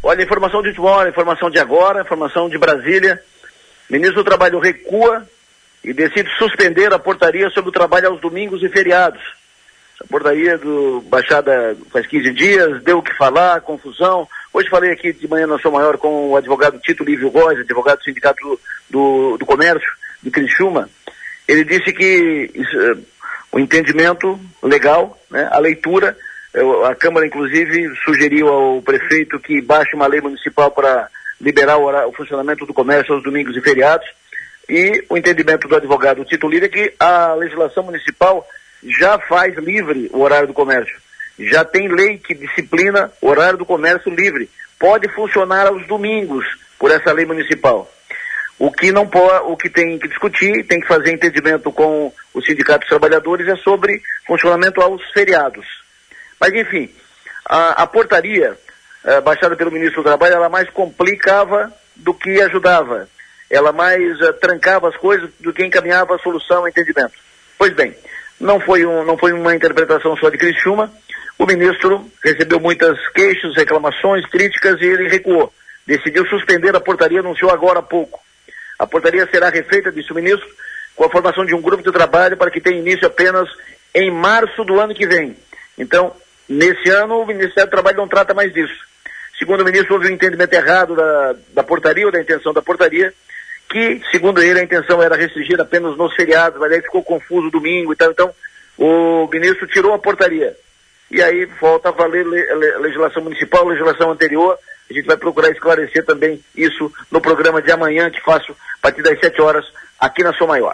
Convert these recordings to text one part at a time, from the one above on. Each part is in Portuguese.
Olha, informação de última hora, informação de agora, informação de Brasília. O ministro do Trabalho recua e decide suspender a portaria sobre o trabalho aos domingos e feriados. A portaria baixada faz 15 dias, deu o que falar, confusão. Hoje falei aqui de manhã na Sou Maior com o advogado Tito Lívio Góes, advogado do Sindicato do Comércio de Criciúma. Ele disse que o entendimento legal, né, a leitura, a Câmara inclusive sugeriu ao prefeito que baixe uma lei municipal para liberar o funcionamento do comércio aos domingos e feriados, e o entendimento do advogado Tito Lívio é que a legislação municipal já faz livre o horário do comércio. Já tem lei que disciplina o horário do comércio livre. Pode funcionar aos domingos por essa lei municipal. O que não pode, o que tem que discutir, tem que fazer entendimento com o Sindicato dos Trabalhadores é sobre funcionamento aos feriados. Mas enfim, a portaria baixada pelo ministro do Trabalho, ela mais complicava do que ajudava. Ela mais trancava as coisas do que encaminhava a solução e entendimento. Pois bem, não foi uma interpretação só de Criciúma. O ministro recebeu muitas queixas, reclamações, críticas e ele recuou. Decidiu suspender a portaria, anunciou agora há pouco. A portaria será refeita, disse o ministro, com a formação de um grupo de trabalho para que tenha início apenas em março do ano que vem. Então, nesse ano, o Ministério do Trabalho não trata mais disso. Segundo o ministro, houve um entendimento errado da portaria ou da intenção da portaria, que, segundo ele, a intenção era restringir apenas nos feriados, mas aí ficou confuso o domingo e tal. Então, o ministro tirou a portaria. E aí volta a valer legislação municipal, legislação anterior. A gente vai procurar esclarecer também isso no programa de amanhã, que faço a partir das 7 horas, aqui na Sou Maior.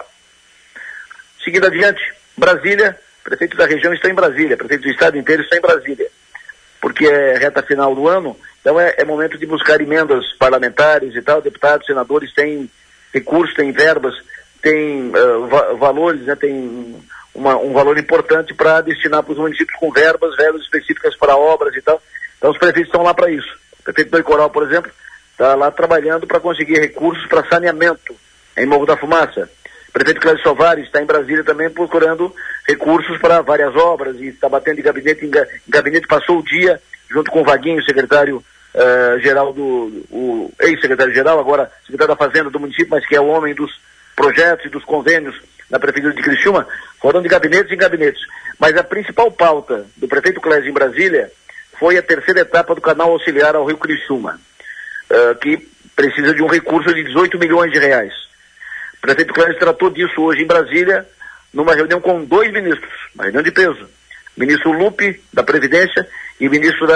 Seguindo adiante, Brasília, prefeito da região está em Brasília, prefeito do estado inteiro está em Brasília, porque é reta final do ano, então é momento de buscar emendas parlamentares e tal. Deputados, senadores têm recursos, têm verbas, têm valores, né, tem um valor importante para destinar para os municípios com verbas específicas para obras e tal. Então os prefeitos estão lá para isso. O prefeito do Coral, por exemplo, está lá trabalhando para conseguir recursos para saneamento em Morro da Fumaça. O prefeito Cláudio Soares está em Brasília também procurando recursos para várias obras e está batendo de gabinete em gabinete. Passou o dia junto com o Vaguinho, secretário geral o ex-secretário-geral, agora secretário da Fazenda do município, mas que é o homem dos projetos e dos convênios na Prefeitura de Criciúma, foram de gabinetes em gabinetes. Mas a principal pauta do prefeito Clésio em Brasília foi a terceira etapa do canal auxiliar ao Rio Criciúma, que precisa de um recurso de 18 milhões de reais. O prefeito Clésio tratou disso hoje em Brasília, numa reunião com 2 ministros, uma reunião de peso. O ministro Lupe, da Previdência, e o ministro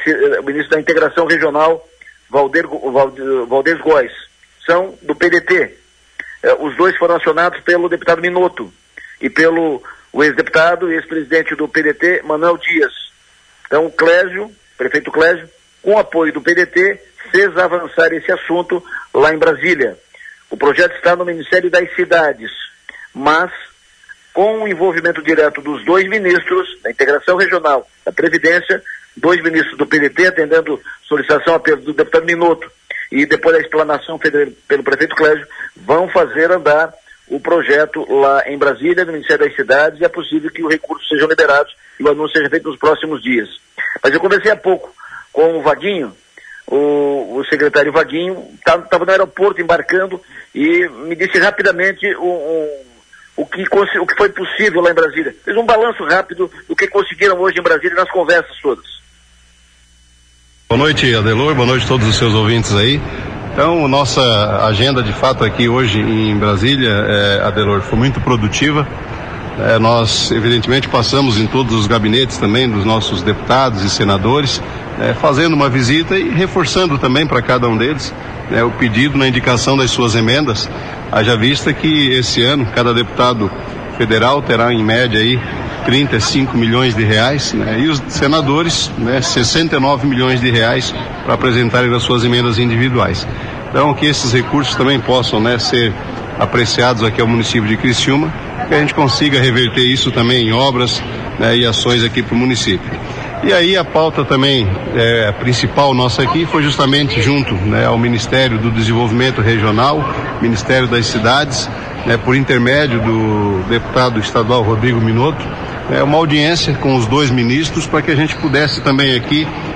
da Integração Regional, Valdez Góes. São do PDT. Os dois foram acionados pelo deputado Minotto e pelo ex-deputado e ex-presidente do PDT, Manuel Dias. Então, o prefeito Clésio, com apoio do PDT, fez avançar esse assunto lá em Brasília. O projeto está no Ministério das Cidades, mas com o envolvimento direto dos 2 ministros da Integração Regional, da Previdência, 2 ministros do PDT, atendendo solicitação do deputado Minotto, e depois da explanação feita pelo prefeito Clésio, vão fazer andar o projeto lá em Brasília, no Ministério das Cidades, e é possível que os recursos sejam liberados e o anúncio seja feito nos próximos dias. Mas eu conversei há pouco com o Vaguinho, o secretário Vaguinho, estava no aeroporto embarcando e me disse rapidamente o que foi possível lá em Brasília. Fez um balanço rápido do que conseguiram hoje em Brasília nas conversas todas. Boa noite, Adelor, boa noite a todos os seus ouvintes aí. Então, nossa agenda de fato aqui hoje em Brasília, Adelor, foi muito produtiva. Nós, evidentemente, passamos em todos os gabinetes também dos nossos deputados e senadores, fazendo uma visita e reforçando também para cada um deles o pedido na indicação das suas emendas, haja vista que esse ano cada deputado federal terá em média aí 35 milhões de reais, e os senadores 69 milhões de reais para apresentarem as suas emendas individuais. Então, que esses recursos também possam ser apreciados aqui ao município de Criciúma, que a gente consiga reverter isso também em obras e ações aqui para o município. E aí a pauta também principal nossa aqui foi justamente junto ao Ministério do Desenvolvimento Regional, Ministério das Cidades, por intermédio do deputado estadual Rodrigo Minotto, uma audiência com os 2 ministros para que a gente pudesse também aqui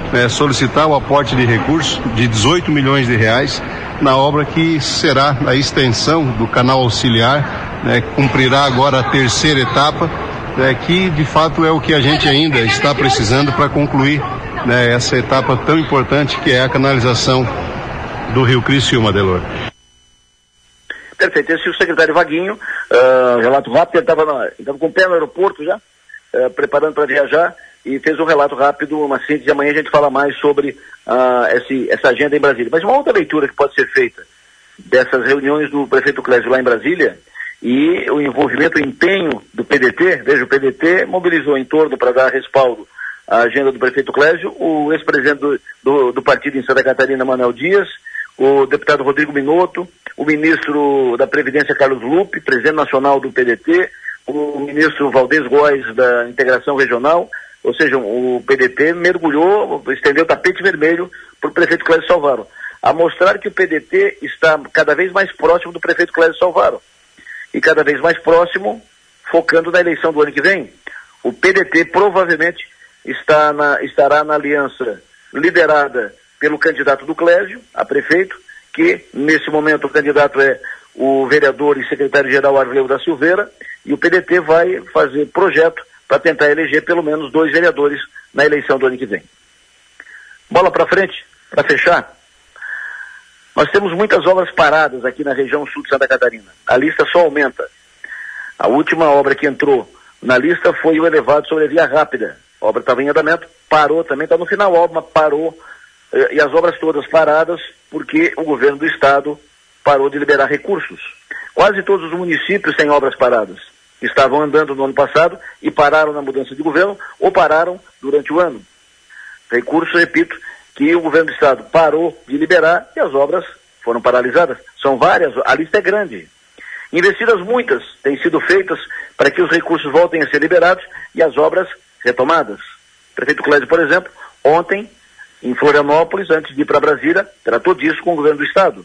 solicitar o aporte de recursos de 18 milhões de reais na obra que será a extensão do canal auxiliar, cumprirá agora a terceira etapa, que de fato é o que a gente ainda está precisando para concluir essa etapa tão importante que é a canalização do Rio Criciúma, Adelor. Perfeito, esse é o secretário Vaguinho, relato rápido, ele estava com o pé no aeroporto já, preparando para viajar, e fez um relato rápido, uma síntese, amanhã a gente fala mais sobre essa agenda em Brasília. Mas uma outra leitura que pode ser feita dessas reuniões do prefeito Clésio lá em Brasília, e o envolvimento, o empenho do PDT, veja, o PDT mobilizou em torno para dar respaldo à agenda do prefeito Clésio, o ex-presidente do partido em Santa Catarina, Manuel Dias, o deputado Rodrigo Minotto, o ministro da Previdência, Carlos Lupe, presidente nacional do PDT, o ministro Valdez Góes, da Integração Regional, ou seja, o PDT mergulhou, estendeu o tapete vermelho para o prefeito Clésio Salvaro, a mostrar que o PDT está cada vez mais próximo do prefeito Clésio Salvaro, e cada vez mais próximo, focando na eleição do ano que vem. O PDT provavelmente estará na aliança liderada pelo candidato do Clésio, a prefeito, que nesse momento o candidato é o vereador e secretário-geral Arleu da Silveira, e o PDT vai fazer projeto para tentar eleger pelo menos 2 vereadores na eleição do ano que vem. Bola para frente, para fechar. Nós temos muitas obras paradas aqui na região sul de Santa Catarina. A lista só aumenta. A última obra que entrou na lista foi o elevado sobre a Via Rápida. A obra estava em andamento, parou também, está no final, a obra parou, e as obras todas paradas porque o governo do estado parou de liberar recursos. Quase todos os municípios têm obras paradas. Estavam andando no ano passado e pararam na mudança de governo ou pararam durante o ano. Recursos, repito, que o governo do estado parou de liberar e as obras foram paralisadas. São várias, a lista é grande. Investidas muitas têm sido feitas para que os recursos voltem a ser liberados e as obras retomadas. O prefeito Clésio, por exemplo, ontem, em Florianópolis, antes de ir para Brasília, tratou disso com o governo do estado.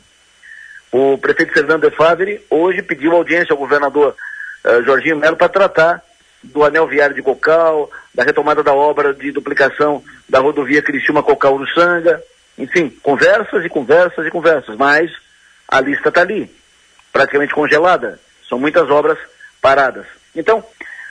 O prefeito Fernando de Favre hoje pediu audiência ao governador Jorginho Melo para tratar do anel viário de Cocal, da retomada da obra de duplicação da rodovia Criciúma-Cocal-Uruçanga, enfim, conversas e conversas e conversas, mas a lista está ali, praticamente congelada, são muitas obras paradas. Então,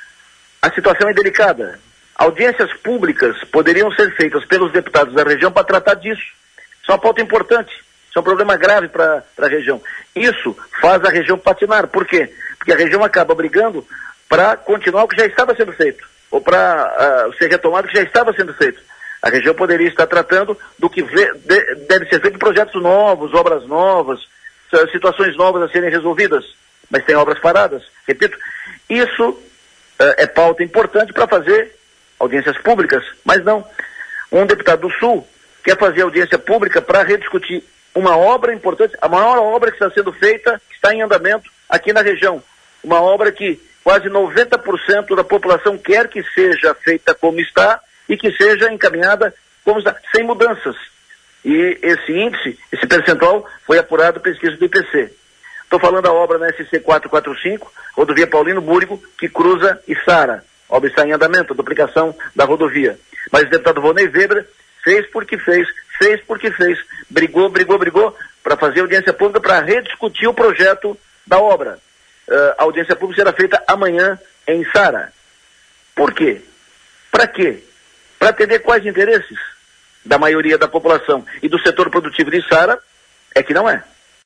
a situação é delicada. Audiências públicas poderiam ser feitas pelos deputados da região para tratar disso. Isso é uma pauta importante, isso é um problema grave para a região. Isso faz a região patinar. Por quê? Porque a região acaba brigando para continuar o que já estava sendo feito, ou para ser retomado o que já estava sendo feito. A região poderia estar tratando do que deve ser feito, projetos novos, obras novas, situações novas a serem resolvidas, mas tem obras paradas. Repito, isso é pauta importante para fazer audiências públicas, mas não. Um deputado do Sul quer fazer audiência pública para rediscutir uma obra importante, a maior obra que está sendo feita, que está em andamento aqui na região. Uma obra que quase 90% da população quer que seja feita como está e que seja encaminhada como está, sem mudanças. E esse índice, esse percentual, foi apurado pesquisa do IPC. Estou falando da obra na SC 445, rodovia Paulino Búrigo, que cruza Içara. A obra está em andamento, a duplicação da rodovia. Mas o deputado Volney Weber fez porque fez porque fez. Brigou para fazer audiência pública para rediscutir o projeto da obra. A audiência pública será feita amanhã em Içara. Por quê? Para quê? Para atender quais interesses da maioria da população e do setor produtivo de Içara? É que não é.